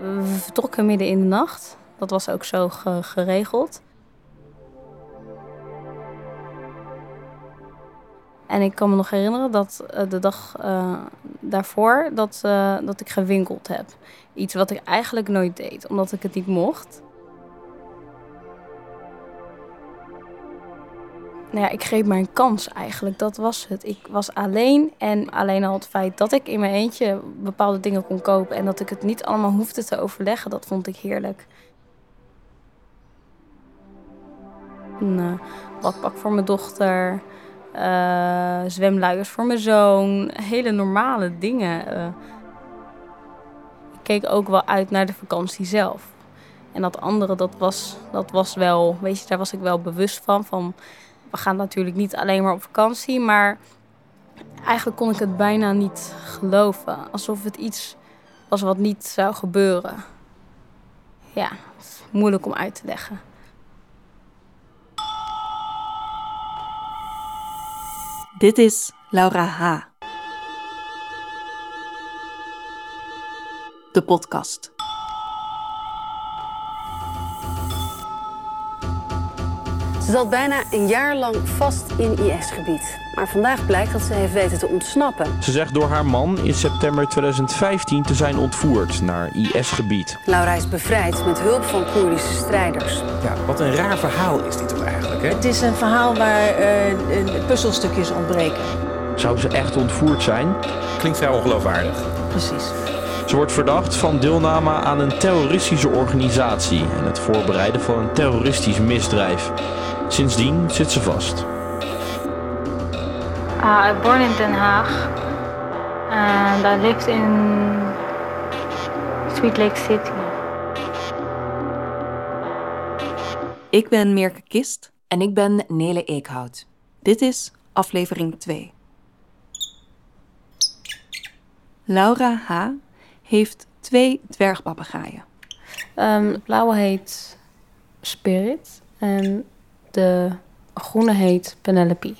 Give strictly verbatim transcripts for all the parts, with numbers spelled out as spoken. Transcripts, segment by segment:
We vertrokken midden in de nacht. Dat was ook zo ge- geregeld. En ik kan me nog herinneren dat uh, de dag uh, daarvoor dat, uh, dat ik gewinkeld heb. Iets wat ik eigenlijk nooit deed, omdat ik het niet mocht. Nou ja, ik greep mijn kans eigenlijk, dat was het. Ik was alleen en alleen al het feit dat ik in mijn eentje bepaalde dingen kon kopen... en dat ik het niet allemaal hoefde te overleggen, dat vond ik heerlijk. Een uh, badpak voor mijn dochter, uh, zwemluiers voor mijn zoon, hele normale dingen. Uh, ik keek ook wel uit naar de vakantie zelf. En dat andere, dat was, dat was wel, weet je, daar was ik wel bewust van, van... We gaan natuurlijk niet alleen maar op vakantie, maar eigenlijk kon ik het bijna niet geloven. Alsof het iets was wat niet zou gebeuren. Ja, het is moeilijk om uit te leggen. Dit is Laura H. De podcast. Ze zat bijna een jaar lang vast in I S-gebied. Maar vandaag blijkt dat ze heeft weten te ontsnappen. Ze zegt door haar man in september tweeduizend vijftien te zijn ontvoerd naar I S-gebied. Laura is bevrijd met hulp van Koerdische strijders. Ja, wat een raar verhaal is dit toch eigenlijk, hè? Het is een verhaal waar uh, puzzelstukjes ontbreken. Zou ze echt ontvoerd zijn? Klinkt vrij ongeloofwaardig. Precies. Ze wordt verdacht van deelname aan een terroristische organisatie en het voorbereiden van een terroristisch misdrijf. Sindsdien zit ze vast. Uh, I born in Den Haag and I lived in Sweet Lake City. Ik ben Meerke Kist. En ik ben Nele Eekhout. Dit is aflevering twee. Laura H. heeft twee dwergpapegaaien. Um, de blauwe heet Spirit en de groene heet Penelope.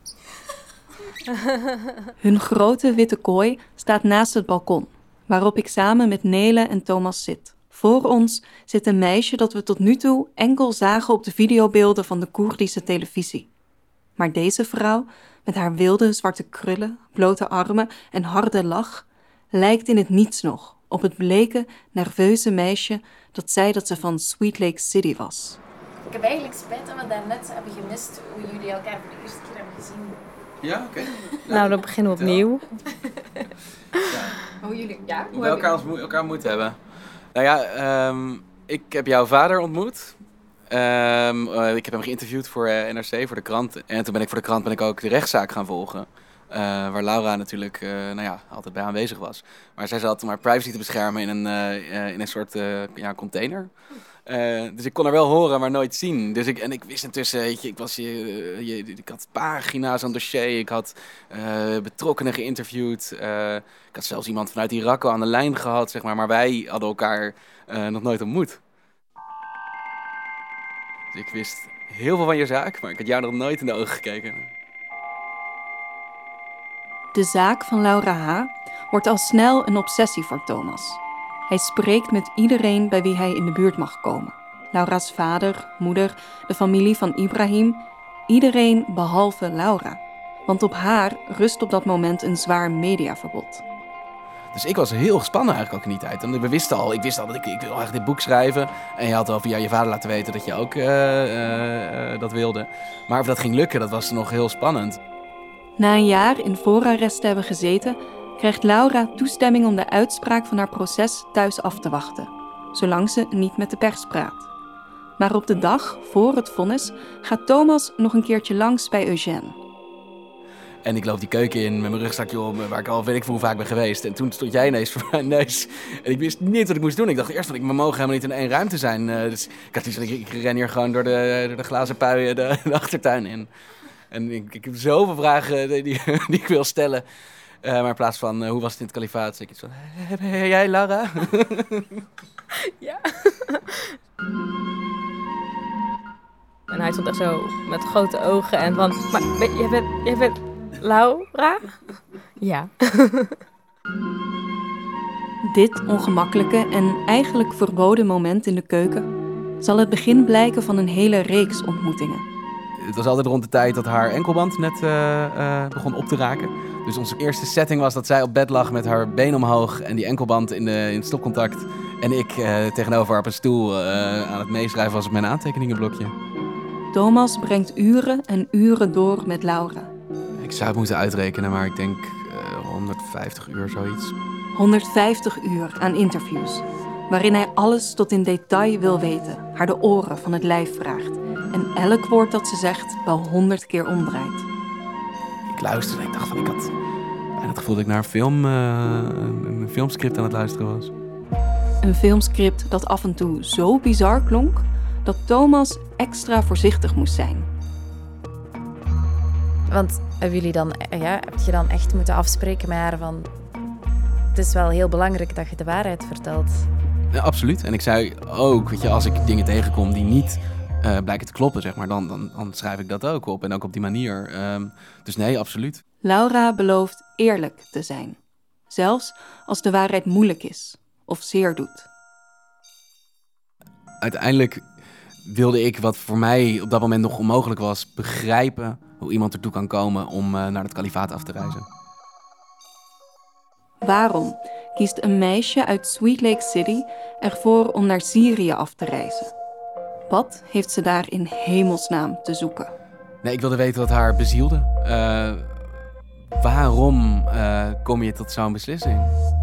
Hun grote witte kooi staat naast het balkon, waarop ik samen met Nele en Thomas zit. Voor ons zit een meisje dat we tot nu toe enkel zagen op de videobeelden van de Koerdische televisie. Maar deze vrouw, met haar wilde zwarte krullen, blote armen en harde lach, lijkt in het niets nog op het bleke, nerveuze meisje dat zei dat ze van Sweet Lake City was. Ik heb eigenlijk spijt dat we daarnet hebben gemist hoe jullie elkaar voor de eerste keer hebben gezien. Ja, oké. Okay. Nou, nou, dan beginnen we opnieuw. Ja. Hoe jullie, ja? Hoe we elkaar, ons, elkaar ontmoet hebben. Nou ja, um, ik heb jouw vader ontmoet. Um, uh, ik heb hem geïnterviewd voor uh, N R C, voor de krant. En toen ben ik voor de krant ben ik ook de rechtszaak gaan volgen. Uh, waar Laura natuurlijk uh, nou ja, altijd bij aanwezig was. Maar zij zat om haar privacy te beschermen in een, uh, uh, in een soort uh, ja, container. Uh, dus ik kon haar wel horen, maar nooit zien. Dus ik, en ik wist intussen, weet je, ik, was, je, je, ik had pagina's aan het dossier. Ik had uh, betrokkenen geïnterviewd. Uh, ik had zelfs iemand vanuit Irak aan de lijn gehad, zeg maar. Maar wij hadden elkaar uh, nog nooit ontmoet. Dus ik wist heel veel van je zaak, maar ik had jou nog nooit in de ogen gekeken. De zaak van Laura H. wordt al snel een obsessie voor Thomas. Hij spreekt met iedereen bij wie hij in de buurt mag komen. Laura's vader, moeder, de familie van Ibrahim. Iedereen behalve Laura. Want op haar rust op dat moment een zwaar mediaverbod. Dus ik was heel gespannen eigenlijk ook in die tijd. En we wisten al, ik wist al dat ik, ik wil eigenlijk dit boek schrijven. En je had al via je vader laten weten dat je ook uh, uh, uh, dat wilde. Maar of dat ging lukken, dat was nog heel spannend. Na een jaar in voorarrest te hebben gezeten, krijgt Laura toestemming om de uitspraak van haar proces thuis af te wachten, zolang ze niet met de pers praat. Maar op de dag voor het vonnis gaat Thomas nog een keertje langs bij Eugène. En ik loop die keuken in met mijn rugzakje op, waar ik al weet ik hoe vaak ben geweest. En toen stond jij ineens voor mijn neus. En ik wist niet wat ik moest doen. Ik dacht eerst dat ik, we mogen helemaal niet in één ruimte zijn. Uh, dus ik had iets, ik, ik ren hier gewoon door de, door de glazen puien de, de achtertuin in. En ik, ik heb zoveel vragen die, die, die ik wil stellen. Uh, maar in plaats van, uh, hoe was het in het kalifaat? Zeg ik iets van, heb jij Laura? Ja. En hij stond echt zo met grote ogen en van, maar ben, jij, bent, jij bent Laura? Ja. Dit ongemakkelijke en eigenlijk verboden moment in de keuken zal het begin blijken van een hele reeks ontmoetingen. Het was altijd rond de tijd dat haar enkelband net uh, uh, begon op te raken. Dus onze eerste setting was dat zij op bed lag met haar been omhoog en die enkelband in, de, in het stopcontact. En ik uh, tegenover haar op een stoel uh, aan het meeschrijven was op mijn aantekeningenblokje. Thomas brengt uren en uren door met Laura. Ik zou het moeten uitrekenen, maar ik denk uh, honderdvijftig uur zoiets. honderdvijftig uur aan interviews, waarin hij alles tot in detail wil weten, haar de oren van het lijf vraagt en elk woord dat ze zegt wel honderd keer omdraait. Ik luisterde en ik dacht van, ik had bijna het gevoel dat ik naar een film, uh, een filmscript aan het luisteren was. Een filmscript dat af en toe zo bizar klonk dat Thomas extra voorzichtig moest zijn. Want hebben jullie dan, ja, heb je dan echt moeten afspreken met haar van... Het is wel heel belangrijk dat je de waarheid vertelt. Ja, absoluut. En ik zei ook, weet je, als ik dingen tegenkom die niet uh, blijken te kloppen, zeg maar, dan, dan, dan schrijf ik dat ook op. En ook op die manier. Um, dus nee, absoluut. Laura belooft eerlijk te zijn. Zelfs als de waarheid moeilijk is of zeer doet. Uiteindelijk wilde ik, wat voor mij op dat moment nog onmogelijk was, begrijpen hoe iemand ertoe kan komen om uh, naar het kalifaat af te reizen. Waarom kiest een meisje uit Sweet Lake City ervoor om naar Syrië af te reizen? Wat heeft ze daar in hemelsnaam te zoeken? Nee, ik wilde weten wat haar bezielde. Uh, waarom uh, kom je tot zo'n beslissing?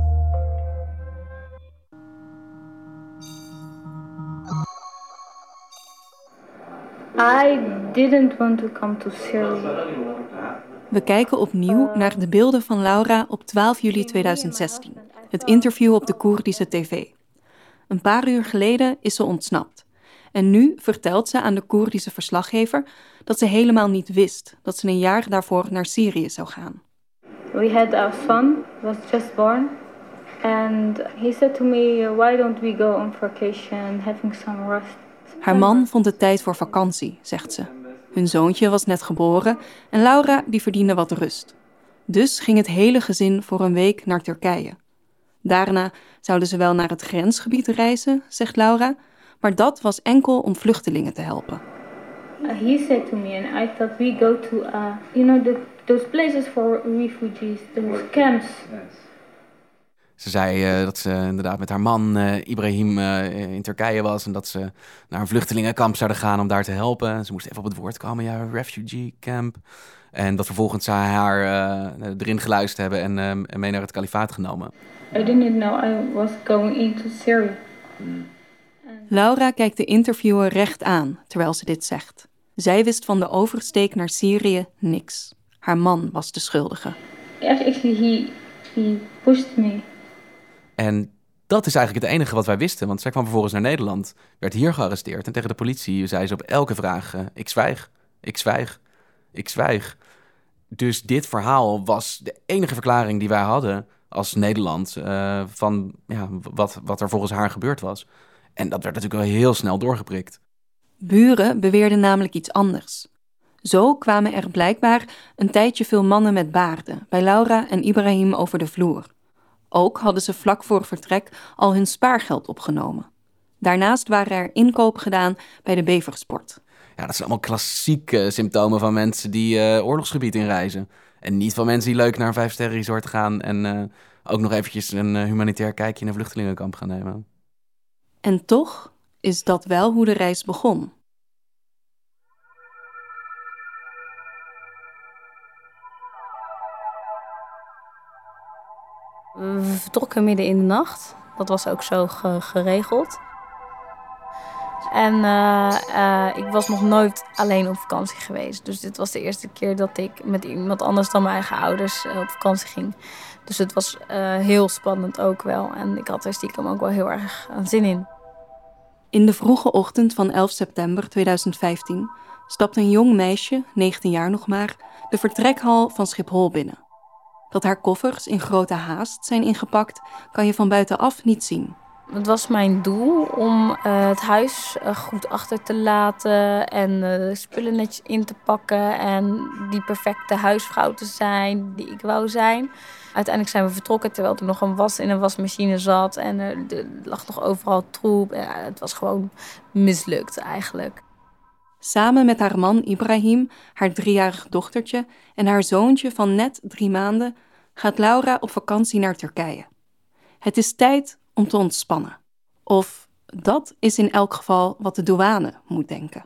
I didn't want to come to Syria. We kijken opnieuw naar de beelden van Laura op twaalf juli tweeduizend zestien. Het interview op de Koerdische tv. Een paar uur geleden is ze ontsnapt. En nu vertelt ze aan de Koerdische verslaggever dat ze helemaal niet wist dat ze een jaar daarvoor naar Syrië zou gaan. We had our son, was just born. And he said to me, why don't we go on vacation, having some rest. Haar man vond het tijd voor vakantie, zegt ze. Hun zoontje was net geboren en Laura die verdiende wat rust. Dus ging het hele gezin voor een week naar Turkije. Daarna zouden ze wel naar het grensgebied reizen, zegt Laura, maar dat was enkel om vluchtelingen te helpen. Uh, he said to me, and I thought we go to, uh, you know, the, those places for refugees, those camps. Ze zei uh, dat ze inderdaad met haar man uh, Ibrahim uh, in Turkije was en dat ze naar een vluchtelingenkamp zouden gaan om daar te helpen. Ze moest even op het woord komen, ja, refugee camp. En dat vervolgens zij haar uh, erin geluisterd hebben en, uh, en mee naar het kalifaat genomen. I didn't know I was going into Syria. Hmm. Laura kijkt de interviewer recht aan terwijl ze dit zegt. Zij wist van de oversteek naar Syrië niks. Haar man was de schuldige. Actually, he, he pushed me. En dat is eigenlijk het enige wat wij wisten, want zij kwam vervolgens naar Nederland, werd hier gearresteerd en tegen de politie zei ze op elke vraag, uh, ik zwijg, ik zwijg, ik zwijg. Dus dit verhaal was de enige verklaring die wij hadden als Nederland uh, van ja, wat, wat er volgens haar gebeurd was. En dat werd natuurlijk wel heel snel doorgeprikt. Buren beweerden namelijk iets anders. Zo kwamen er blijkbaar een tijdje veel mannen met baarden bij Laura en Ibrahim over de vloer. Ook hadden ze vlak voor vertrek al hun spaargeld opgenomen. Daarnaast waren er inkopen gedaan bij de Beversport. Ja, dat zijn allemaal klassieke symptomen van mensen die uh, oorlogsgebied inreizen. En niet van mensen die leuk naar een vijfsterren resort gaan en uh, ook nog eventjes een uh, humanitair kijkje in een vluchtelingenkamp gaan nemen. En toch is dat wel hoe de reis begon. We vertrokken midden in de nacht. Dat was ook zo ge- geregeld. En uh, uh, ik was nog nooit alleen op vakantie geweest. Dus dit was de eerste keer dat ik met iemand anders dan mijn eigen ouders uh, op vakantie ging. Dus het was uh, heel spannend ook wel. En ik had er stiekem ook wel heel erg aan zin in. In de vroege ochtend van elf september tweeduizend vijftien stapt een jong meisje, negentien jaar nog maar, de vertrekhal van Schiphol binnen. Dat haar koffers in grote haast zijn ingepakt, kan je van buitenaf niet zien. Het was mijn doel om uh, het huis uh, goed achter te laten en uh, spullen netjes in te pakken en die perfecte huisvrouw te zijn die ik wou zijn. Uiteindelijk zijn we vertrokken terwijl er nog een was in een wasmachine zat en er, er lag nog overal troep. Ja, het was gewoon mislukt eigenlijk. Samen met haar man Ibrahim, haar driejarig dochtertje en haar zoontje van net drie maanden gaat Laura op vakantie naar Turkije. Het is tijd om te ontspannen. Of dat is in elk geval wat de douane moet denken.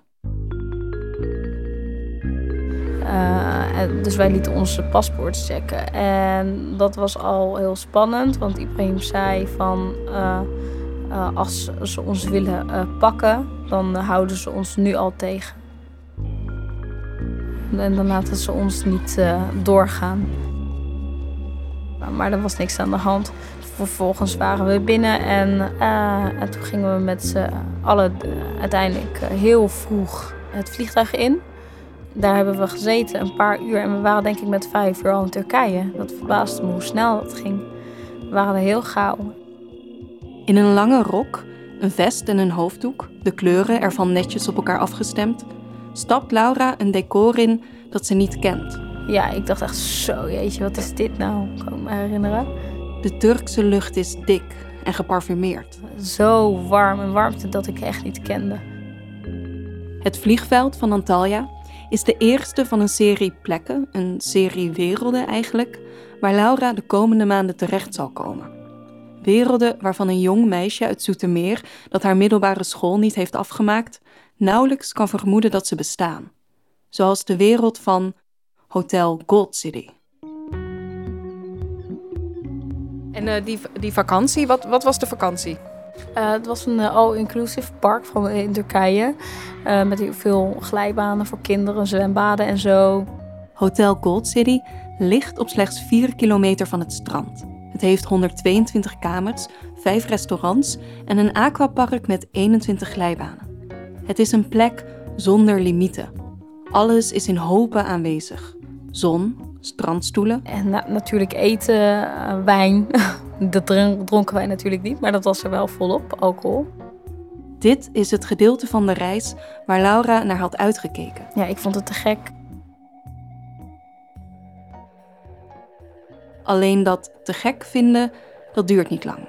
Uh, dus wij lieten onze paspoort checken. En dat was al heel spannend, want Ibrahim zei van uh, uh, als ze ons willen uh, pakken, dan uh, houden ze ons nu al tegen. En dan laten ze ons niet uh, doorgaan. Maar er was niks aan de hand. Vervolgens waren we binnen en, uh, en toen gingen we met z'n allen uh, uiteindelijk uh, heel vroeg het vliegtuig in. Daar hebben we gezeten een paar uur en we waren denk ik met vijf uur al in Turkije. Dat verbaasde me hoe snel dat ging. We waren er heel gauw. In een lange rok, een vest en een hoofddoek, de kleuren ervan netjes op elkaar afgestemd, stapt Laura een decor in dat ze niet kent. Ja, ik dacht echt zo, jeetje, wat is dit nou? Kan ik me herinneren. De Turkse lucht is dik en geparfumeerd. Zo warm, een warmte dat ik echt niet kende. Het vliegveld van Antalya is de eerste van een serie plekken, een serie werelden eigenlijk, waar Laura de komende maanden terecht zal komen. Werelden waarvan een jong meisje uit Zoetermeer, dat haar middelbare school niet heeft afgemaakt, nauwelijks kan vermoeden dat ze bestaan. Zoals de wereld van Hotel Gold City. En uh, die, die vakantie, wat, wat was de vakantie? Uh, het was een uh, all-inclusive park van, in Turkije. Uh, met heel veel glijbanen voor kinderen, zwembaden en zo. Hotel Gold City ligt op slechts vier kilometer van het strand. Het heeft honderdtweeëntwintig kamers, vijf restaurants en een aquapark met eenentwintig glijbanen. Het is een plek zonder limieten. Alles is in hopen aanwezig. Zon, strandstoelen. En na- natuurlijk eten, uh, wijn. Dat dronken wij natuurlijk niet, maar dat was er wel volop, alcohol. Dit is het gedeelte van de reis waar Laura naar had uitgekeken. Ja, ik vond het te gek. Alleen dat te gek vinden, dat duurt niet lang.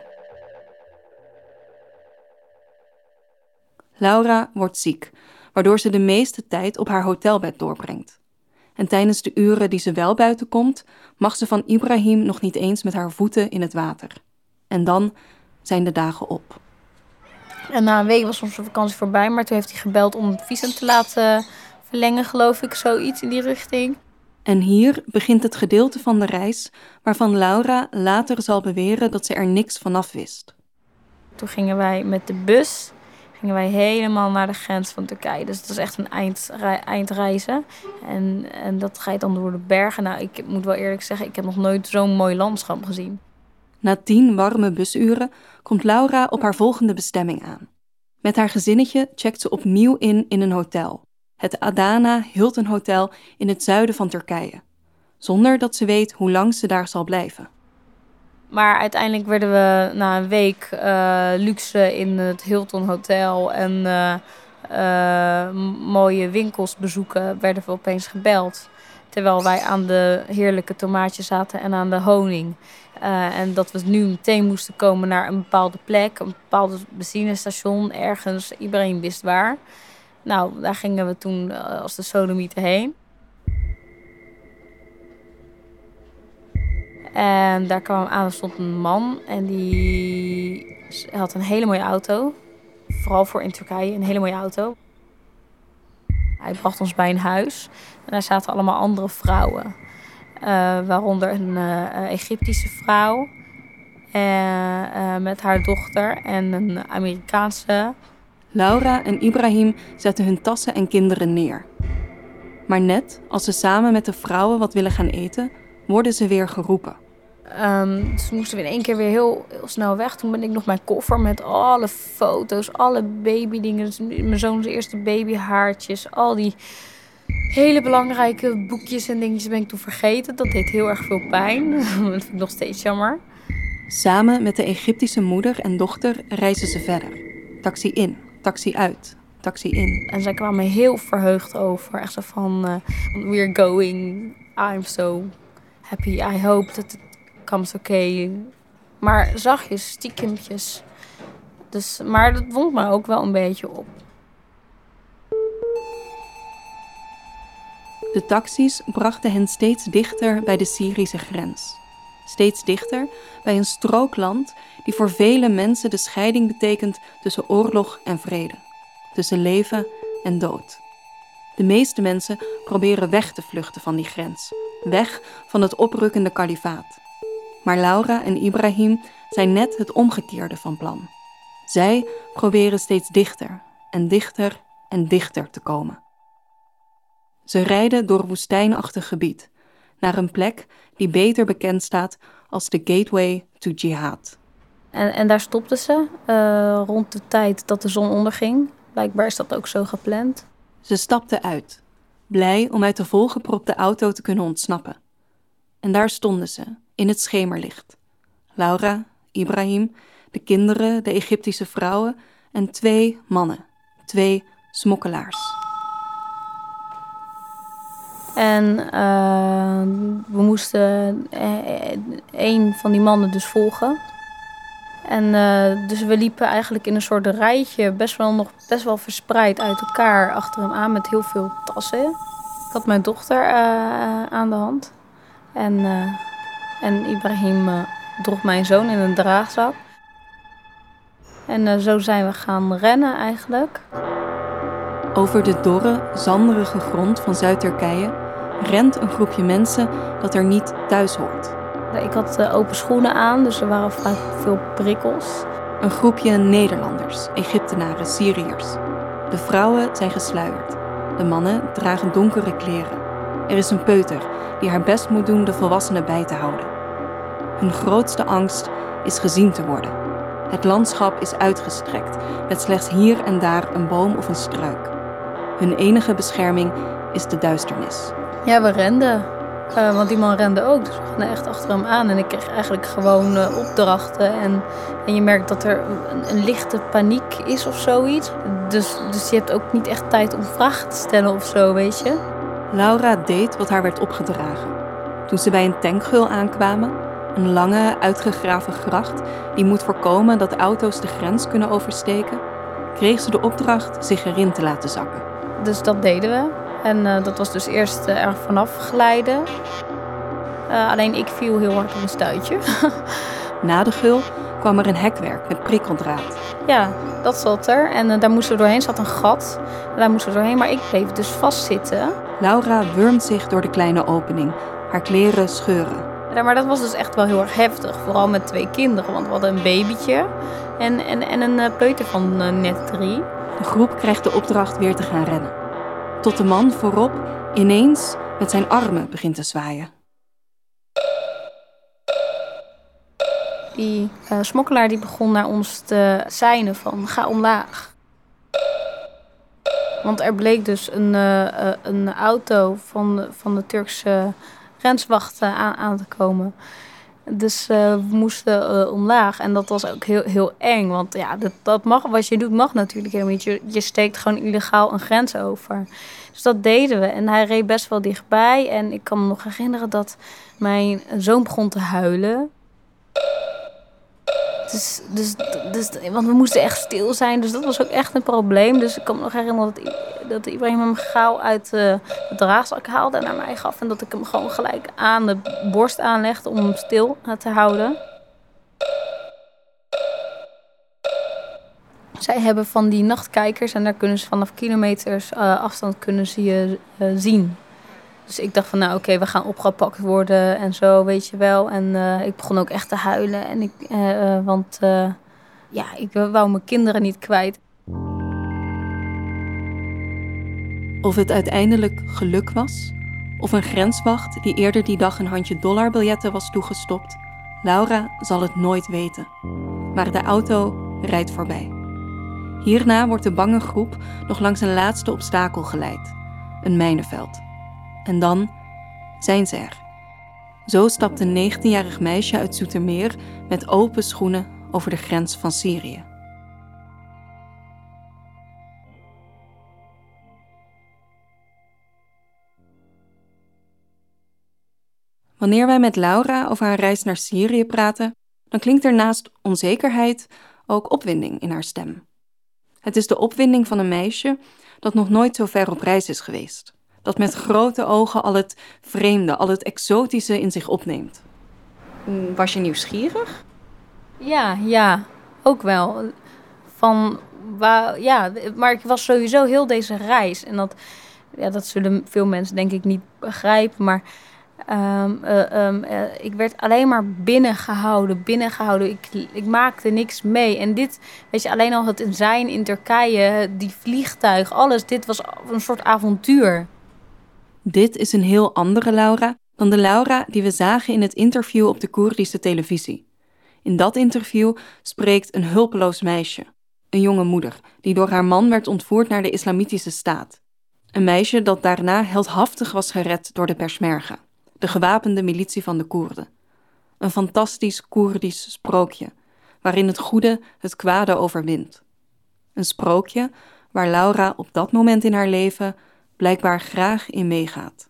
Laura wordt ziek, waardoor ze de meeste tijd op haar hotelbed doorbrengt. En tijdens de uren die ze wel buiten komt, mag ze van Ibrahim nog niet eens met haar voeten in het water. En dan zijn de dagen op. En na een week was onze vakantie voorbij, maar toen heeft hij gebeld om het visum te laten verlengen, geloof ik, zoiets in die richting. En hier begint het gedeelte van de reis waarvan Laura later zal beweren dat ze er niks vanaf wist. Toen gingen wij met de bus gingen wij helemaal naar de grens van Turkije. Dus het was echt een eindre- eindreizen. En, en dat ga je dan door de bergen. Nou, ik moet wel eerlijk zeggen, ik heb nog nooit zo'n mooi landschap gezien. Na tien warme busuren komt Laura op haar volgende bestemming aan. Met haar gezinnetje checkt ze opnieuw in in een hotel. Het Adana Hilton Hotel in het zuiden van Turkije. Zonder dat ze weet hoe lang ze daar zal blijven. Maar uiteindelijk werden we na een week uh, luxe in het Hilton Hotel en uh, uh, mooie winkels bezoeken, werden we opeens gebeld. Terwijl wij aan de heerlijke tomaatjes zaten en aan de honing. Uh, en dat we nu meteen moesten komen naar een bepaalde plek, een bepaald benzinestation, ergens, iedereen wist waar. Nou, daar gingen we toen uh, als de sodomieten heen. En daar kwam aan, er stond een man en die had een hele mooie auto. Vooral voor in Turkije, een hele mooie auto. Hij bracht ons bij een huis en daar zaten allemaal andere vrouwen. Uh, waaronder een uh, Egyptische vrouw uh, uh, met haar dochter en een Amerikaanse. Laura en Ibrahim zetten hun tassen en kinderen neer. Maar net als ze samen met de vrouwen wat willen gaan eten, worden ze weer geroepen. Um, dus moesten we in één keer weer heel, heel snel weg. Toen ben ik nog mijn koffer met alle foto's, alle babydingen. Dus mijn zoon's eerste babyhaartjes, al die hele belangrijke boekjes en dingetjes ben ik toen vergeten. Dat deed heel erg veel pijn. Dat vind ik nog steeds jammer. Samen met de Egyptische moeder en dochter reizen ze verder. Taxi in, taxi uit, taxi in. En zij kwamen heel verheugd over. Echt zo van, uh, we're going. I'm so happy. I hope that it comes okay. Maar zachtjes, stiekempjes. Dus, maar dat wond me ook wel een beetje op. De taxis brachten hen steeds dichter bij de Syrische grens. Steeds dichter bij een strookland die voor vele mensen de scheiding betekent tussen oorlog en vrede. Tussen leven en dood. De meeste mensen proberen weg te vluchten van die grens. Weg van het oprukkende kalifaat. Maar Laura en Ibrahim zijn net het omgekeerde van plan. Zij proberen steeds dichter en dichter en dichter te komen. Ze rijden door woestijnachtig gebied, naar een plek die beter bekend staat als de Gateway to Jihad. En, en daar stopten ze uh, rond de tijd dat de zon onderging. Blijkbaar is dat ook zo gepland. Ze stapten uit, blij om uit de volgepropte auto te kunnen ontsnappen. En daar stonden ze, in het schemerlicht. Laura, Ibrahim, de kinderen, de Egyptische vrouwen en twee mannen, twee smokkelaars. En uh, we moesten een van die mannen dus volgen. En uh, dus we liepen eigenlijk in een soort rijtje, best wel nog best wel verspreid uit elkaar achter hem aan met heel veel tassen. Ik had mijn dochter uh, aan de hand. En, uh, en Ibrahim uh, droeg mijn zoon in een draagzak. En uh, zo zijn we gaan rennen eigenlijk. Over de dorre, zanderige grond van Zuid-Turkije rent een groepje mensen dat er niet thuis hoort. Ik had uh, open schoenen aan, dus er waren vaak veel prikkels. Een groepje Nederlanders, Egyptenaren, Syriërs. De vrouwen zijn gesluierd. De mannen dragen donkere kleren. Er is een peuter die haar best moet doen de volwassenen bij te houden. Hun grootste angst is gezien te worden. Het landschap is uitgestrekt, met slechts hier en daar een boom of een struik. Hun enige bescherming is de duisternis. Ja, we renden. Uh, want die man rende ook, dus we gingen echt achter hem aan. En ik kreeg eigenlijk gewoon uh, opdrachten. En, en je merkt dat er een, een lichte paniek is of zoiets. Dus, dus je hebt ook niet echt tijd om vragen te stellen of zo, weet je. Laura deed wat haar werd opgedragen. Toen ze bij een tankgeul aankwamen, een lange, uitgegraven gracht die moet voorkomen dat auto's de grens kunnen oversteken, kreeg ze de opdracht zich erin te laten zakken. Dus dat deden we. En uh, dat was dus eerst uh, er vanaf glijden. Uh, alleen ik viel heel hard op een stuitje. Na de geul kwam er een hekwerk met prikkeldraad. Ja, dat zat er. En uh, daar moesten we doorheen. Zat een gat. En daar moesten we doorheen. Maar ik bleef dus vastzitten. Laura wurmt zich door de kleine opening. Haar kleren scheuren. Ja, maar dat was dus echt wel heel erg heftig. Vooral met twee kinderen. Want we hadden een babytje. En, en, en een uh, peuter van uh, net drie. De groep krijgt de opdracht weer te gaan rennen. Tot de man voorop ineens met zijn armen begint te zwaaien. Die uh, smokkelaar die begon naar ons te seinen van ga omlaag. Want er bleek dus een, uh, uh, een auto van de, van de Turkse grenswachten aan, aan te komen. Dus uh, we moesten uh, omlaag. En dat was ook heel, heel eng. Want ja, dat, dat mag, wat je doet mag natuurlijk helemaal niet. Je, je steekt gewoon illegaal een grens over. Dus dat deden we. En hij reed best wel dichtbij. En ik kan me nog herinneren dat mijn zoon begon te huilen. Dus, dus, dus, want we moesten echt stil zijn. Dus dat was ook echt een probleem. Dus ik kan me nog herinneren dat, dat Ibrahim hem gauw uit de, de draagzak haalde en naar mij gaf. En dat ik hem gewoon gelijk aan de borst aanlegde om hem stil te houden. Zij hebben van die nachtkijkers en daar kunnen ze vanaf kilometers uh, afstand kunnen ze je uh, zien. Dus ik dacht van nou oké, okay, we gaan opgepakt worden en zo, weet je wel. En uh, ik begon ook echt te huilen. En ik, uh, uh, want uh, ja, ik wou mijn kinderen niet kwijt. Of het uiteindelijk geluk was, of een grenswacht die eerder die dag een handje dollarbiljetten was toegestopt, Laura zal het nooit weten. Maar de auto rijdt voorbij. Hierna wordt de bange groep nog langs een laatste obstakel geleid. Een mijnenveld. En dan zijn ze er. Zo stapt een negentienjarig meisje uit Zoetermeer met open schoenen over de grens van Syrië. Wanneer wij met Laura over haar reis naar Syrië praten, dan klinkt er naast onzekerheid ook opwinding in haar stem. Het is de opwinding van een meisje dat nog nooit zo ver op reis is geweest. Dat met grote ogen al het vreemde, al het exotische in zich opneemt. Was je nieuwsgierig? Ja, ja, ook wel. Van, waar, ja, maar ik was sowieso heel deze reis. En dat, ja, dat zullen veel mensen denk ik niet begrijpen. Maar um, uh, um, uh, ik werd alleen maar binnengehouden, binnengehouden. Ik, ik maakte niks mee. En dit, weet je, alleen al het zijn in Turkije, die vliegtuig, alles. Dit was een soort avontuur. Dit is een heel andere Laura dan de Laura die we zagen in het interview op de Koerdische televisie. In dat interview spreekt een hulpeloos meisje, een jonge moeder, die door haar man werd ontvoerd naar de Islamitische Staat. Een meisje dat daarna heldhaftig was gered door de Peshmerga, de gewapende militie van de Koerden. Een fantastisch Koerdisch sprookje, waarin het goede het kwade overwint. Een sprookje waar Laura op dat moment in haar leven blijkbaar graag in meegaat.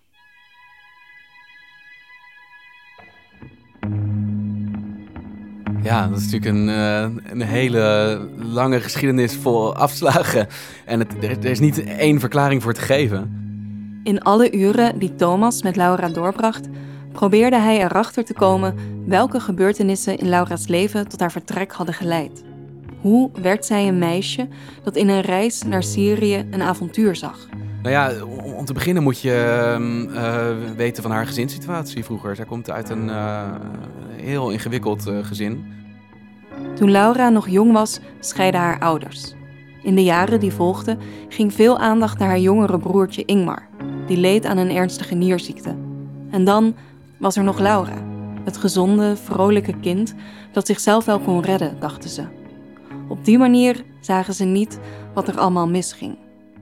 Ja, dat is natuurlijk een, uh, een hele lange geschiedenis vol afslagen. En het, er, er is niet één verklaring voor te geven. In alle uren die Thomas met Laura doorbracht, probeerde hij erachter te komen welke gebeurtenissen in Laura's leven tot haar vertrek hadden geleid. Hoe werd zij een meisje dat in een reis naar Syrië een avontuur zag? Nou ja, om te beginnen moet je uh, weten van haar gezinssituatie vroeger. Zij komt uit een uh, heel ingewikkeld uh, gezin. Toen Laura nog jong was, scheidden haar ouders. In de jaren die volgden ging veel aandacht naar haar jongere broertje Ingmar. Die leed aan een ernstige nierziekte. En dan was er nog Laura, het gezonde, vrolijke kind dat zichzelf wel kon redden, dachten ze. Op die manier zagen ze niet wat er allemaal misging.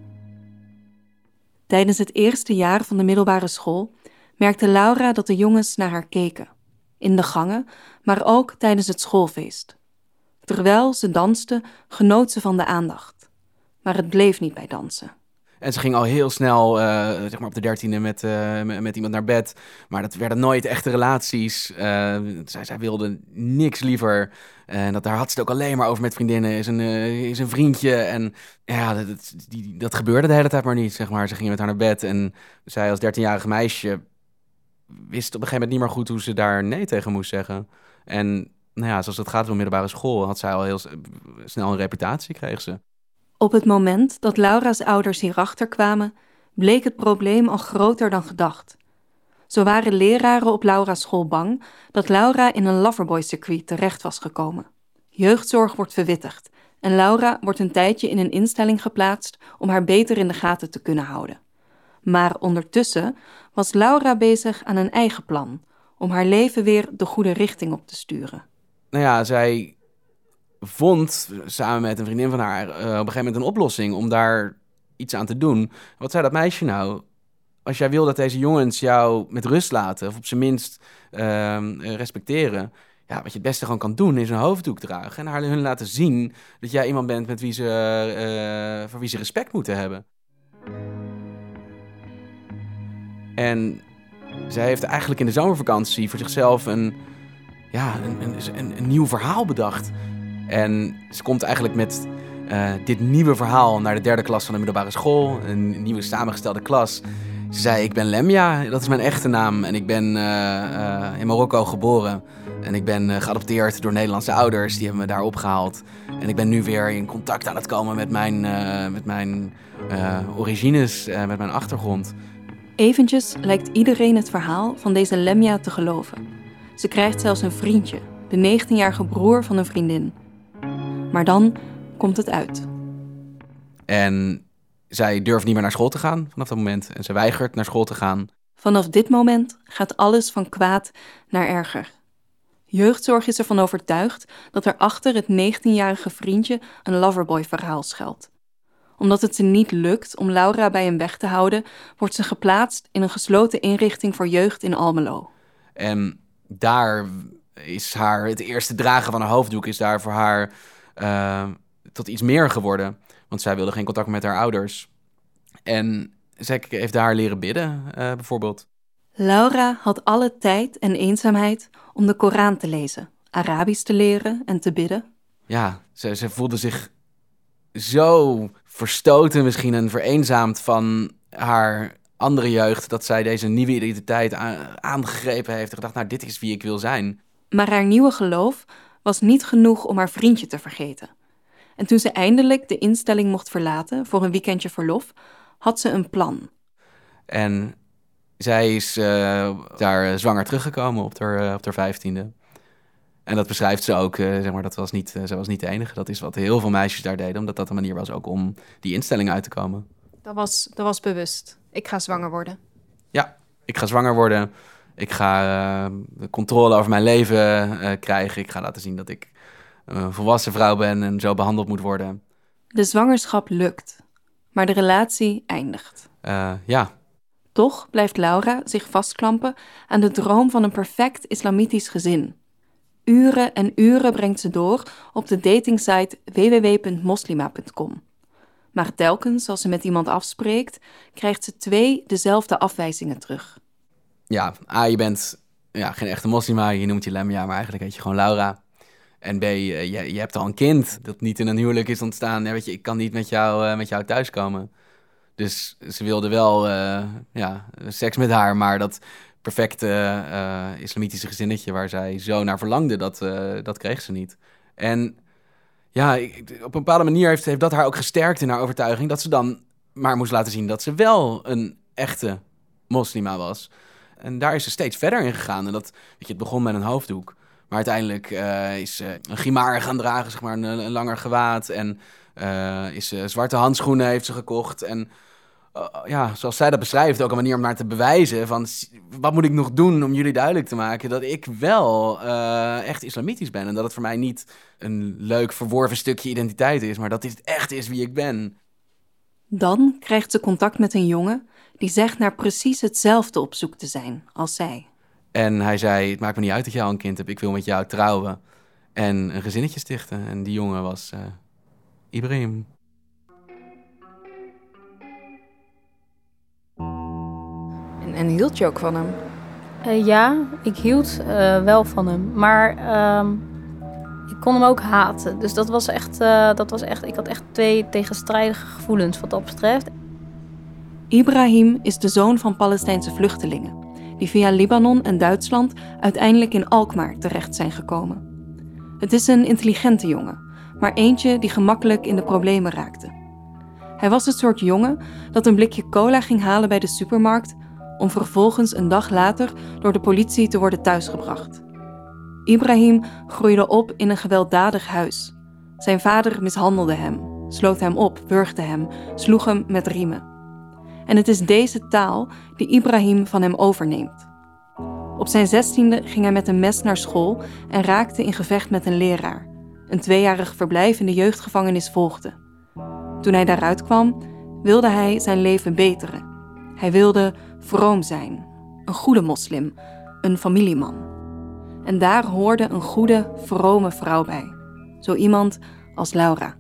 Tijdens het eerste jaar van de middelbare school merkte Laura dat de jongens naar haar keken. In de gangen, maar ook tijdens het schoolfeest. Terwijl ze danste, genoot ze van de aandacht. Maar het bleef niet bij dansen. En ze ging al heel snel, uh, zeg maar op de dertiende, met, uh, met iemand naar bed. Maar dat werden nooit echte relaties. Uh, zij, zij wilde niks liever. En dat, daar had ze het ook alleen maar over met vriendinnen. Is een, uh, is een vriendje. En ja, dat, die, dat gebeurde de hele tijd maar niet, zeg maar. Ze gingen met haar naar bed. En zij als dertienjarig meisje wist op een gegeven moment niet meer goed hoe ze daar nee tegen moest zeggen. En nou ja, zoals het gaat op middelbare school, had zij al heel snel een reputatie, kreeg ze. Op het moment dat Laura's ouders hierachter kwamen, bleek het probleem al groter dan gedacht. Zo waren leraren op Laura's school bang dat Laura in een loverboy-circuit terecht was gekomen. Jeugdzorg wordt verwittigd en Laura wordt een tijdje in een instelling geplaatst om haar beter in de gaten te kunnen houden. Maar ondertussen was Laura bezig aan een eigen plan om haar leven weer de goede richting op te sturen. Nou ja, zij vond samen met een vriendin van haar uh, op een gegeven moment een oplossing om daar iets aan te doen. Wat zei dat meisje nou? Als jij wil dat deze jongens jou met rust laten, of op zijn minst uh, respecteren, ja, wat je het beste gewoon kan doen, is een hoofddoek dragen en haar hun laten zien dat jij iemand bent met wie ze, uh, voor wie ze respect moeten hebben. En zij heeft eigenlijk in de zomervakantie voor zichzelf een, ja, een, een, een, een nieuw verhaal bedacht. En ze komt eigenlijk met uh, dit nieuwe verhaal naar de derde klas van de middelbare school. Een nieuwe samengestelde klas. Ze zei, ik ben Lemja, dat is mijn echte naam. En ik ben uh, uh, in Marokko geboren. En ik ben uh, geadopteerd door Nederlandse ouders. Die hebben me daar opgehaald. En ik ben nu weer in contact aan het komen met mijn, uh, met mijn uh, origines, uh, met mijn achtergrond. Eventjes lijkt iedereen het verhaal van deze Lemja te geloven. Ze krijgt zelfs een vriendje, de negentienjarige broer van een vriendin. Maar dan komt het uit. En zij durft niet meer naar school te gaan vanaf dat moment. En ze weigert naar school te gaan. Vanaf dit moment gaat alles van kwaad naar erger. Jeugdzorg is ervan overtuigd dat er achter het negentienjarige vriendje een loverboy-verhaal schuilt. Omdat het ze niet lukt om Laura bij hem weg te houden, wordt ze geplaatst in een gesloten inrichting voor jeugd in Almelo. En daar is haar, het eerste dragen van een hoofddoek is daar voor haar uh, tot iets meer geworden. Want zij wilde geen contact met haar ouders. En zij heeft daar leren bidden, uh, bijvoorbeeld. Laura had alle tijd en eenzaamheid om de Koran te lezen, Arabisch te leren en te bidden. Ja, ze, ze voelde zich zo verstoten misschien en vereenzaamd van haar andere jeugd, dat zij deze nieuwe identiteit a- aangegrepen heeft en gedacht, nou, dit is wie ik wil zijn. Maar haar nieuwe geloof was niet genoeg om haar vriendje te vergeten. En toen ze eindelijk de instelling mocht verlaten voor een weekendje verlof, had ze een plan. En zij is uh, daar zwanger teruggekomen op haar, uh, op haar vijftiende. En dat beschrijft ze ook, uh, zeg maar, dat was niet, uh, ze was niet de enige. Dat is wat heel veel meisjes daar deden, omdat dat een manier was ook om die instelling uit te komen. Dat was, dat was bewust. Ik ga zwanger worden. Ja, ik ga zwanger worden. Ik ga uh, de controle over mijn leven uh, krijgen. Ik ga laten zien dat ik een volwassen vrouw ben en zo behandeld moet worden. De zwangerschap lukt, maar de relatie eindigt. Uh, ja. Toch blijft Laura zich vastklampen aan de droom van een perfect islamitisch gezin. Uren en uren brengt ze door op de datingsite w w w punt moslima punt com. Maar telkens als ze met iemand afspreekt, krijgt ze twee dezelfde afwijzingen terug. Ja, A, je bent ja, geen echte moslima, je noemt je Lemja, maar eigenlijk heet je gewoon Laura. En B, je, je hebt al een kind dat niet in een huwelijk is ontstaan. Ja, weet je, ik kan niet met jou, uh, met jou thuiskomen. Dus ze wilde wel uh, ja, seks met haar, maar dat perfecte uh, islamitische gezinnetje waar zij zo naar verlangde, dat, uh, dat kreeg ze niet. En ja, ik, op een bepaalde manier heeft, heeft dat haar ook gesterkt in haar overtuiging, dat ze dan maar moest laten zien dat ze wel een echte moslima was. En daar is ze steeds verder in gegaan. En dat, weet je, het begon met een hoofddoek. Maar uiteindelijk uh, is ze een gimar gaan dragen, zeg maar, een, een langer gewaad. En uh, is ze zwarte handschoenen heeft ze gekocht. En uh, ja, zoals zij dat beschrijft, ook een manier om haar te bewijzen van, wat moet ik nog doen om jullie duidelijk te maken dat ik wel uh, echt islamitisch ben. En dat het voor mij niet een leuk verworven stukje identiteit is, maar dat dit echt is wie ik ben. Dan krijgt ze contact met een jongen die zegt naar precies hetzelfde op zoek te zijn als zij. En hij zei, het maakt me niet uit dat jij al een kind hebt, ik wil met jou trouwen en een gezinnetje stichten. En die jongen was uh, Ibrahim. En, en hield je ook van hem? Uh, ja, ik hield uh, wel van hem, maar uh, ik kon hem ook haten. Dus dat was echt, uh, dat was echt, ik had echt twee tegenstrijdige gevoelens wat dat betreft. Ibrahim is de zoon van Palestijnse vluchtelingen, die via Libanon en Duitsland uiteindelijk in Alkmaar terecht zijn gekomen. Het is een intelligente jongen, maar eentje die gemakkelijk in de problemen raakte. Hij was het soort jongen dat een blikje cola ging halen bij de supermarkt om vervolgens een dag later door de politie te worden thuisgebracht. Ibrahim groeide op in een gewelddadig huis. Zijn vader mishandelde hem, sloot hem op, wurgde hem, sloeg hem met riemen. En het is deze taal die Ibrahim van hem overneemt. Op zijn zestiende ging hij met een mes naar school en raakte in gevecht met een leraar. Een tweejarig verblijf in de jeugdgevangenis volgde. Toen hij daaruit kwam, wilde hij zijn leven beteren. Hij wilde vroom zijn, een goede moslim, een familieman. En daar hoorde een goede, vrome vrouw bij. Zo iemand als Laura.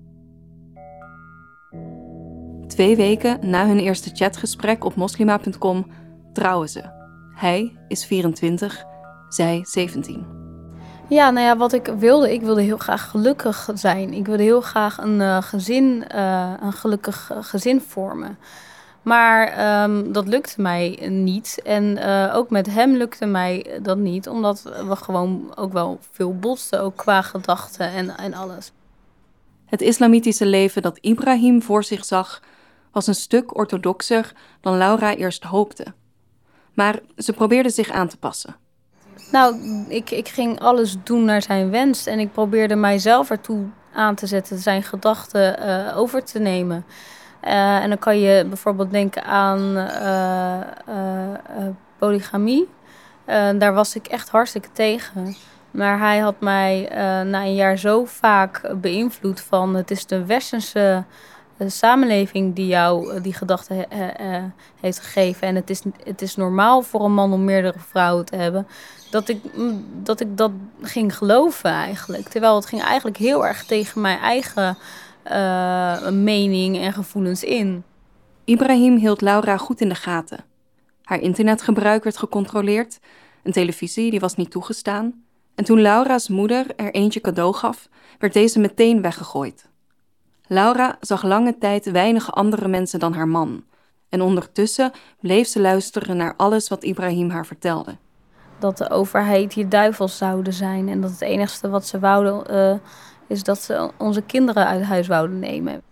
Twee weken na hun eerste chatgesprek op moslima punt com trouwen ze. Hij is vierentwintig, zij zeventien. Ja, nou ja, wat ik wilde, ik wilde heel graag gelukkig zijn. Ik wilde heel graag een uh, gezin, uh, een gelukkig uh, gezin vormen. Maar um, dat lukte mij niet. En uh, ook met hem lukte mij dat niet, omdat we gewoon ook wel veel botsten, ook qua gedachten en, en alles. Het islamitische leven dat Ibrahim voor zich zag, was een stuk orthodoxer dan Laura eerst hoopte. Maar ze probeerde zich aan te passen. Nou, ik, ik ging alles doen naar zijn wens. En ik probeerde mijzelf ertoe aan te zetten zijn gedachten uh, over te nemen. Uh, en dan kan je bijvoorbeeld denken aan uh, uh, uh, polygamie. Uh, daar was ik echt hartstikke tegen. Maar hij had mij uh, na een jaar zo vaak beïnvloed van, het is de westerse de samenleving die jou uh, die gedachte uh, uh, heeft gegeven. En het is, het is normaal voor een man om meerdere vrouwen te hebben. Dat ik, dat ik dat ging geloven eigenlijk. Terwijl het ging eigenlijk heel erg tegen mijn eigen uh, mening en gevoelens in. Ibrahim hield Laura goed in de gaten. Haar internetgebruik werd gecontroleerd. Een televisie die was niet toegestaan. En toen Laura's moeder er eentje cadeau gaf, werd deze meteen weggegooid. Laura zag lange tijd weinig andere mensen dan haar man. En ondertussen bleef ze luisteren naar alles wat Ibrahim haar vertelde. Dat de overheid hier duivels zouden zijn. En dat het enigste wat ze wouden uh, is dat ze onze kinderen uit huis wouden nemen.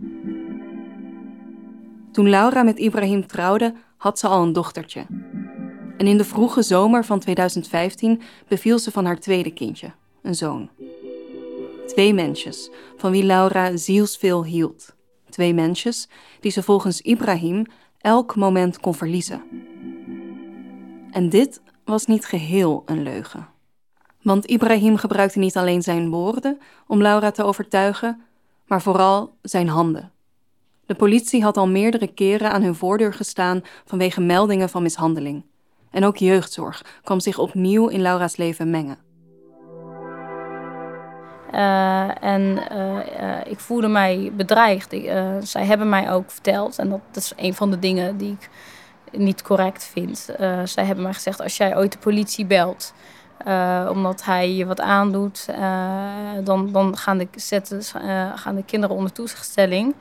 Toen Laura met Ibrahim trouwde, had ze al een dochtertje. En in de vroege zomer van tweeduizend vijftien beviel ze van haar tweede kindje, een zoon. Twee mensjes, van wie Laura zielsveel hield. Twee mensjes die ze volgens Ibrahim elk moment kon verliezen. En dit was niet geheel een leugen. Want Ibrahim gebruikte niet alleen zijn woorden om Laura te overtuigen, maar vooral zijn handen. De politie had al meerdere keren aan hun voordeur gestaan vanwege meldingen van mishandeling. En ook jeugdzorg kwam zich opnieuw in Laura's leven mengen. Uh, en uh, uh, ik voelde mij bedreigd. Ik, uh, zij hebben mij ook verteld, en dat, dat is een van de dingen die ik niet correct vind. Uh, zij hebben mij gezegd, als jij ooit de politie belt, uh, omdat hij je wat aandoet, uh, dan, dan gaan, de, zetten, uh, gaan de kinderen onder toezichtstelling.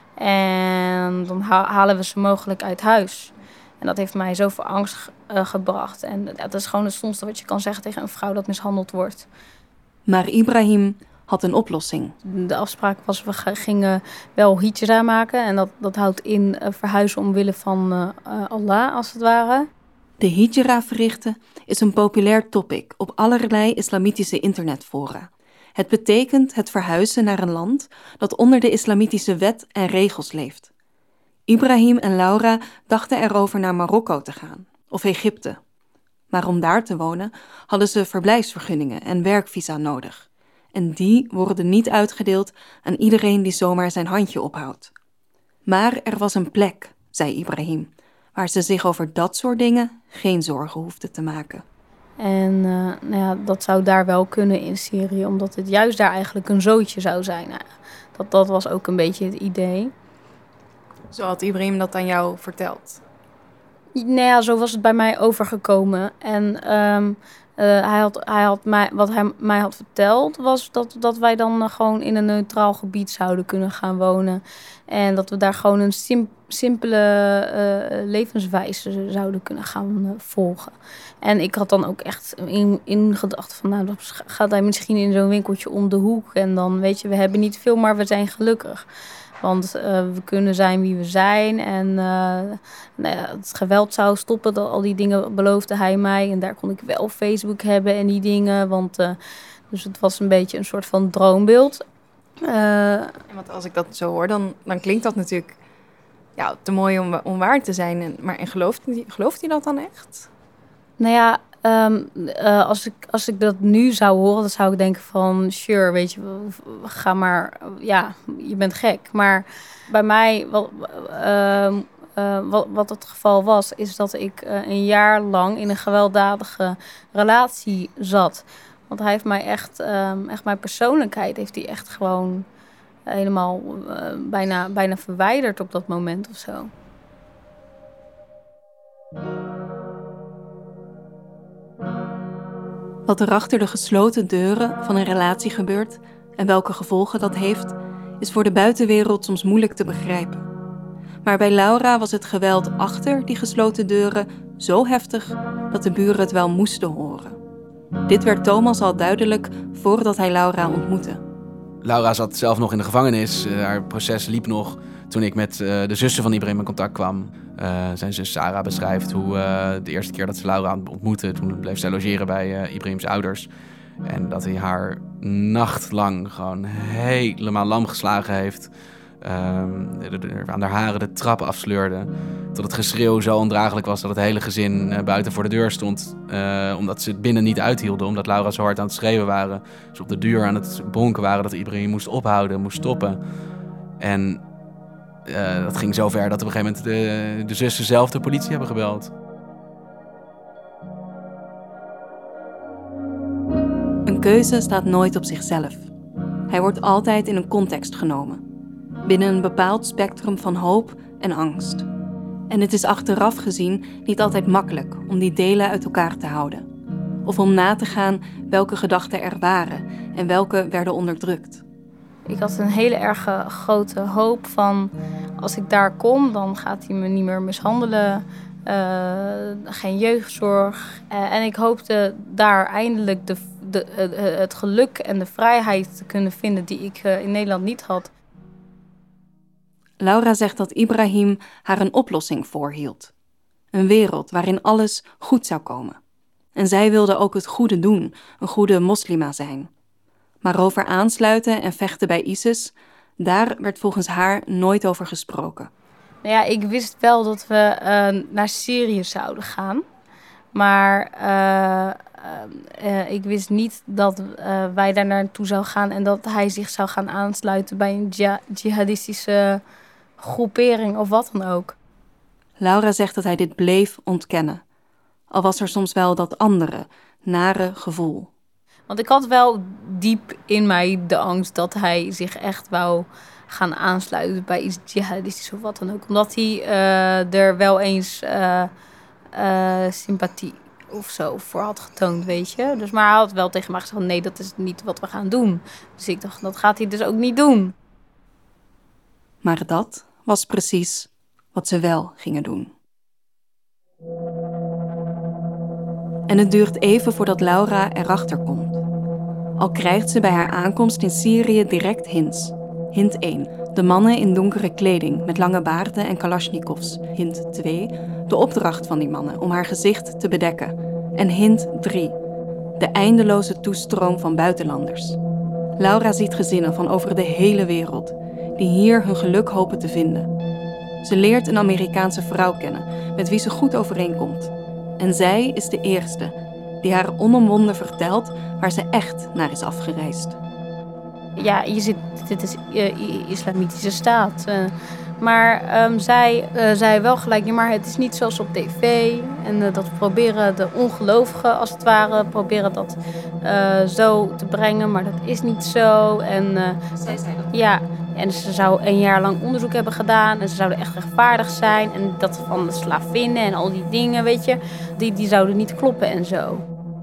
En dan ha- halen we ze mogelijk uit huis. En dat heeft mij zoveel angst uh, gebracht. En dat is gewoon het stomste wat je kan zeggen tegen een vrouw dat mishandeld wordt. Maar Ibrahim had een oplossing. De afspraak was, we gingen wel hijra maken. En dat, dat houdt in uh, verhuizen omwille van uh, uh, Allah, als het ware. De hijra verrichten is een populair topic op allerlei islamitische internetfora. Het betekent het verhuizen naar een land dat onder de islamitische wet en regels leeft. Ibrahim en Laura dachten erover naar Marokko te gaan, of Egypte. Maar om daar te wonen hadden ze verblijfsvergunningen en werkvisa nodig. En die worden niet uitgedeeld aan iedereen die zomaar zijn handje ophoudt. Maar er was een plek, zei Ibrahim, waar ze zich over dat soort dingen geen zorgen hoefden te maken. En uh, nou ja, dat zou daar wel kunnen in Syrië, omdat het juist daar eigenlijk een zootje zou zijn. Nou, dat, dat was ook een beetje het idee. Zo had Ibrahim dat aan jou verteld? Nou ja, zo was het bij mij overgekomen. En um, uh, hij had, hij had mij, wat hij mij had verteld was dat, dat wij dan uh, gewoon in een neutraal gebied zouden kunnen gaan wonen. En dat we daar gewoon een sim, simpele uh, levenswijze zouden kunnen gaan uh, volgen. En ik had dan ook echt in, in gedachten van, nou, dan gaat hij misschien in zo'n winkeltje om de hoek. En dan, weet je, we hebben niet veel, maar we zijn gelukkig. Want uh, we kunnen zijn wie we zijn. En uh, nou ja, het geweld zou stoppen. Dat, al die dingen beloofde hij mij. En daar kon ik wel Facebook hebben en die dingen. Want, uh, dus het was een beetje een soort van droombeeld. Uh, Want als ik dat zo hoor, dan, dan klinkt dat natuurlijk ja, te mooi om, om waar te zijn. En, maar en gelooft, gelooft hij dat dan echt? Nou ja, um, uh, als, ik, als ik dat nu zou horen, dan zou ik denken van, sure, weet je, ga maar, ja, je bent gek. Maar bij mij, wat, uh, uh, wat, wat het geval was, is dat ik uh, een jaar lang in een gewelddadige relatie zat. Want hij heeft mij echt, um, echt mijn persoonlijkheid heeft hij echt gewoon helemaal uh, bijna, bijna verwijderd op dat moment of zo. Wat er achter de gesloten deuren van een relatie gebeurt en welke gevolgen dat heeft, is voor de buitenwereld soms moeilijk te begrijpen. Maar bij Laura was het geweld achter die gesloten deuren zo heftig dat de buren het wel moesten horen. Dit werd Thomas al duidelijk voordat hij Laura ontmoette. Laura zat zelf nog in de gevangenis. Uh, haar proces liep nog toen ik met uh, de zussen van Ibrahim in contact kwam. Uh, zijn zus Sarah beschrijft hoe uh, de eerste keer dat ze Laura ontmoette, toen bleef zij logeren bij uh, Ibrahim's ouders. En dat hij haar nachtlang gewoon helemaal lam geslagen heeft. Um, aan haar haren de trap afsleurde. Tot het geschreeuw zo ondraaglijk was dat het hele gezin uh, buiten voor de deur stond. Uh, omdat ze het binnen niet uithielden. Omdat Laura zo hard aan het schreeuwen waren. Ze op de duur aan het bonken waren dat Ibrahim moest ophouden, moest stoppen. En uh, dat ging zo ver dat op een gegeven moment de, de zussen zelf de politie hebben gebeld. Een keuze staat nooit op zichzelf. Hij wordt altijd in een context genomen. Binnen een bepaald spectrum van hoop en angst. En het is achteraf gezien niet altijd makkelijk om die delen uit elkaar te houden. Of om na te gaan welke gedachten er waren en welke werden onderdrukt. Ik had een hele erg grote hoop van, als ik daar kom, dan gaat hij me niet meer mishandelen. Uh, geen jeugdzorg. Uh, en ik hoopte daar eindelijk de, de, uh, het geluk en de vrijheid te kunnen vinden die ik uh, in Nederland niet had. Laura zegt dat Ibrahim haar een oplossing voorhield. Een wereld waarin alles goed zou komen. En zij wilde ook het goede doen, een goede moslima zijn. Maar over aansluiten en vechten bij ISIS, daar werd volgens haar nooit over gesproken. Nou ja, ik wist wel dat we uh, naar Syrië zouden gaan. Maar uh, uh, uh, ik wist niet dat uh, wij daar naartoe zouden gaan en dat hij zich zou gaan aansluiten bij een jih- jihadistische groepering of wat dan ook. Laura zegt dat hij dit bleef ontkennen. Al was er soms wel dat andere, nare gevoel. Want ik had wel diep in mij de angst dat hij zich echt wou gaan aansluiten bij iets jihadistisch of wat dan ook. Omdat hij uh, er wel eens uh, uh, sympathie of zo voor had getoond, weet je. Dus, maar hij had wel tegen mij gezegd, nee, dat is niet wat we gaan doen. Dus ik dacht, dat gaat hij dus ook niet doen. Maar dat was precies wat ze wel gingen doen. En het duurt even voordat Laura erachter komt. Al krijgt ze bij haar aankomst in Syrië direct hints. Hint één. De mannen in donkere kleding met lange baarden en kalasjnikovs. Hint twee. De opdracht van die mannen om haar gezicht te bedekken. En hint drie. De eindeloze toestroom van buitenlanders. Laura ziet gezinnen van over de hele wereld die hier hun geluk hopen te vinden. Ze leert een Amerikaanse vrouw kennen met wie ze goed overeenkomt. En zij is de eerste die haar onomwonden vertelt waar ze echt naar is afgereisd. Ja, je zit, dit is uh, islamitische staat. Uh, maar um, zij uh, zei wel gelijk, ja, maar het is niet zoals op tv. En uh, dat proberen de ongelovigen als het ware, proberen dat uh, zo te brengen. Maar dat is niet zo. En, uh, zij zei dat? Ja, en ze zou een jaar lang onderzoek hebben gedaan. En ze zouden echt rechtvaardig zijn. En dat van de slavinnen en al die dingen, weet je. Die, die zouden niet kloppen en zo.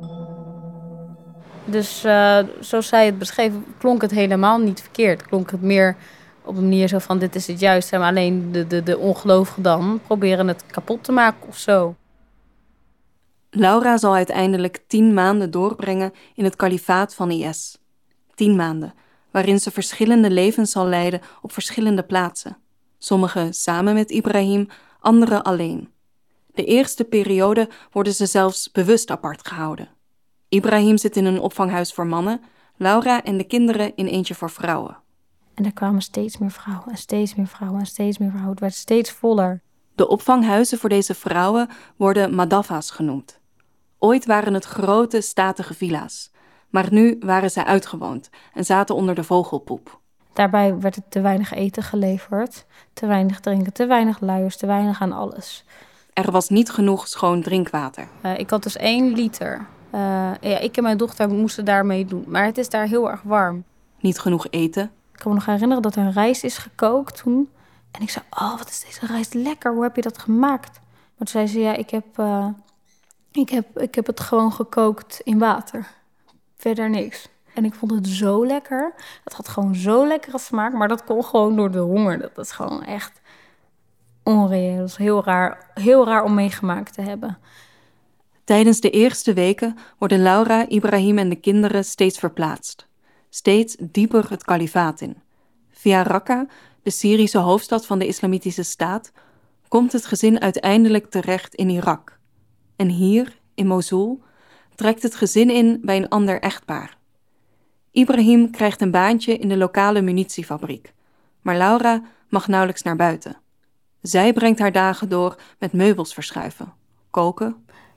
Dus uh, zoals zij het beschreef, klonk het helemaal niet verkeerd. Klonk het meer op een manier zo van, dit is het juiste. Maar alleen de, de, de ongelovigen dan proberen het kapot te maken of zo. Laura zal uiteindelijk tien maanden doorbrengen in het kalifaat van I S. Tien maanden, waarin ze verschillende levens zal leiden op verschillende plaatsen. Sommige samen met Ibrahim, andere alleen. De eerste periode worden ze zelfs bewust apart gehouden. Ibrahim zit in een opvanghuis voor mannen, Laura en de kinderen in eentje voor vrouwen. En er kwamen steeds meer vrouwen en steeds meer vrouwen en steeds meer vrouwen. Het werd steeds voller. De opvanghuizen voor deze vrouwen worden madaffa's genoemd. Ooit waren het grote, statige villa's. Maar nu waren ze uitgewoond en zaten onder de vogelpoep. Daarbij werd het te weinig eten geleverd, te weinig drinken, te weinig luiers, te weinig aan alles. Er was niet genoeg schoon drinkwater. Uh, ik had dus één liter. Uh, ja, ik en mijn dochter moesten daarmee doen. Maar het is daar heel erg warm. Niet genoeg eten. Ik kan me nog herinneren dat er rijst is gekookt toen. En ik zei, oh, wat is deze rijst lekker. Hoe heb je dat gemaakt? Maar toen zei ze, ja, ik heb, uh, ik heb, ik heb het gewoon gekookt in water. Verder niks. En ik vond het zo lekker. Het had gewoon zo lekkere smaak. Maar dat kon gewoon door de honger. Dat is gewoon echt onreëel. Dat is heel raar, heel raar om meegemaakt te hebben. Tijdens de eerste weken worden Laura, Ibrahim en de kinderen steeds verplaatst. Steeds dieper het kalifaat in. Via Raqqa, de Syrische hoofdstad van de Islamitische Staat, komt het gezin uiteindelijk terecht in Irak. En hier, in Mosul, trekt het gezin in bij een ander echtpaar. Ibrahim krijgt een baantje in de lokale munitiefabriek, maar Laura mag nauwelijks naar buiten. Zij brengt haar dagen door met meubels verschuiven, koken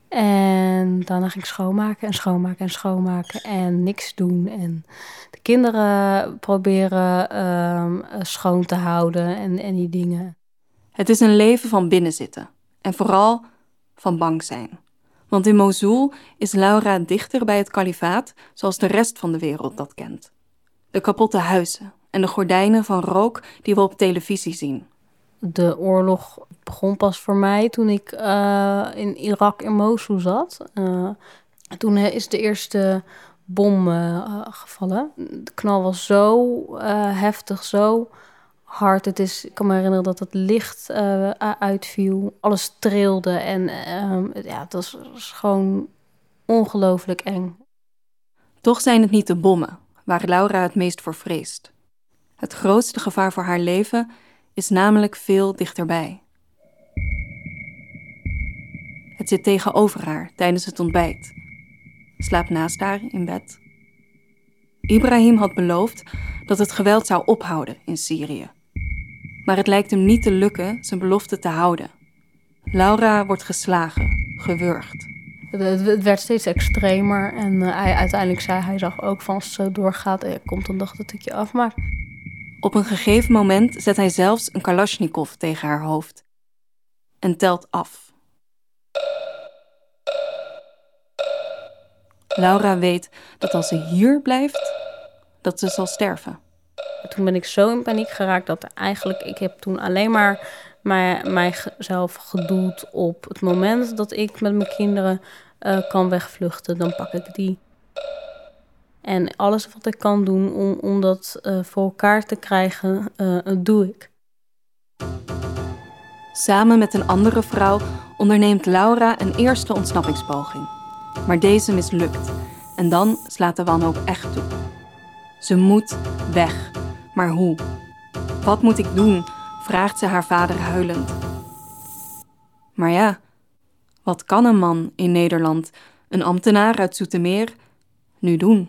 En daarna ging ik schoonmaken en schoonmaken en schoonmaken en niks doen. En de kinderen proberen um, schoon te houden en, en die dingen. Het is een leven van binnenzitten. En vooral van bang zijn. Want in Mosul is Laura dichter bij het kalifaat zoals de rest van de wereld dat kent. De kapotte huizen en de gordijnen van rook die we op televisie zien. De oorlog begon pas voor mij toen ik uh, in Irak in Mosul zat. Uh, toen is de eerste bom uh, gevallen. De knal was zo uh, heftig, zo hard. Het is, ik kan me herinneren dat het licht uh, uitviel. Alles trilde en uh, ja, het was, was gewoon ongelooflijk eng. Toch zijn het niet de bommen waar Laura het meest voor vreest. Het grootste gevaar voor haar leven is namelijk veel dichterbij. Het zit tegenover haar tijdens het ontbijt. Slaapt naast haar in bed. Ibrahim had beloofd dat het geweld zou ophouden in Syrië. Maar het lijkt hem niet te lukken zijn belofte te houden. Laura wordt geslagen, gewurgd. Het, het werd steeds extremer en uh, hij, uiteindelijk zei hij zag ook van als het zo doorgaat, er komt een dag dat ik je afmaak. Op een gegeven moment zet hij zelfs een Kalashnikov tegen haar hoofd en telt af. Laura weet dat als ze hier blijft, dat ze zal sterven. Toen ben ik zo in paniek geraakt dat eigenlijk, ik heb toen alleen maar mij, mijzelf gedoeld op het moment dat ik met mijn kinderen uh, kan wegvluchten, dan pak ik die. En alles wat ik kan doen om, om dat uh, voor elkaar te krijgen, uh, doe ik. Samen met een andere vrouw onderneemt Laura een eerste ontsnappingspoging. Maar deze mislukt en dan slaat de wanhoop echt toe. Ze moet weg, maar hoe? Wat moet ik doen? Vraagt ze haar vader huilend. Maar ja, wat kan een man in Nederland, een ambtenaar uit Zoetermeer, nu doen?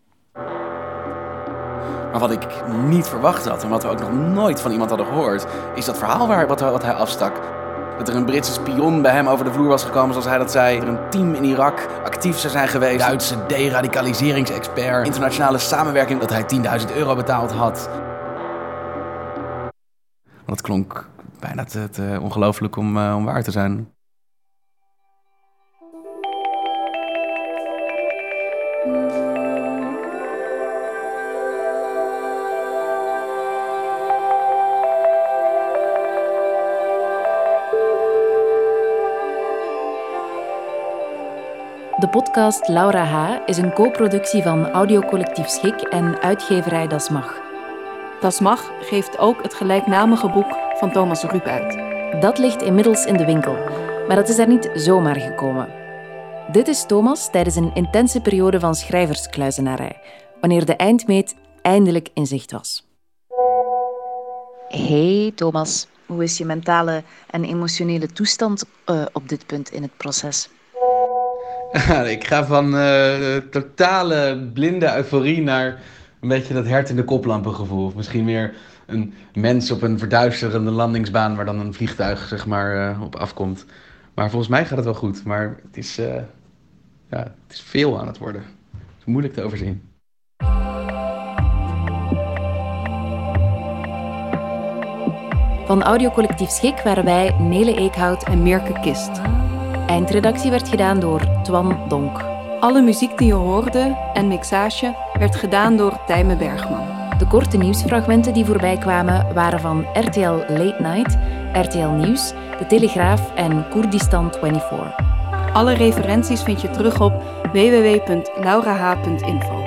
Maar wat ik niet verwacht had en wat we ook nog nooit van iemand hadden gehoord, is dat verhaal waar, wat, wat hij afstak. Dat er een Britse spion bij hem over de vloer was gekomen, zoals hij dat zei. Dat er een team in Irak actief zou zijn geweest. Duitse deradicaliseringsexpert. Internationale samenwerking, dat hij tienduizend euro betaald had. Dat klonk bijna te, te ongelooflijk om, uh, om waar te zijn. De podcast Laura H. is een co-productie van Audiocollectief Schik en uitgeverij Das Mag. Das Mag geeft ook het gelijknamige boek van Thomas Rupp uit. Dat ligt inmiddels in de winkel, maar dat is daar niet zomaar gekomen. Dit is Thomas tijdens een intense periode van schrijverskluizenarij, wanneer de eindmeet eindelijk in zicht was. Hey Thomas, hoe is je mentale en emotionele toestand uh, op dit punt in het proces? Ik ga van uh, totale blinde euforie naar een beetje dat hert in de koplampen gevoel. Of misschien meer een mens op een verduisterende landingsbaan waar dan een vliegtuig zeg maar, uh, op afkomt. Maar volgens mij gaat het wel goed. Maar het is, uh, ja, het is veel aan het worden. Het is moeilijk te overzien. Van Audiocollectief Schik waren wij Nele Eekhout en Mirke Kist. Eindredactie werd gedaan door Twan Donk. Alle muziek die je hoorde en mixage werd gedaan door Tijme Bergman. De korte nieuwsfragmenten die voorbij kwamen waren van R T L Late Night, R T L Nieuws, De Telegraaf en Koerdistan vierentwintig. Alle referenties vind je terug op w w w punt laura h punt info.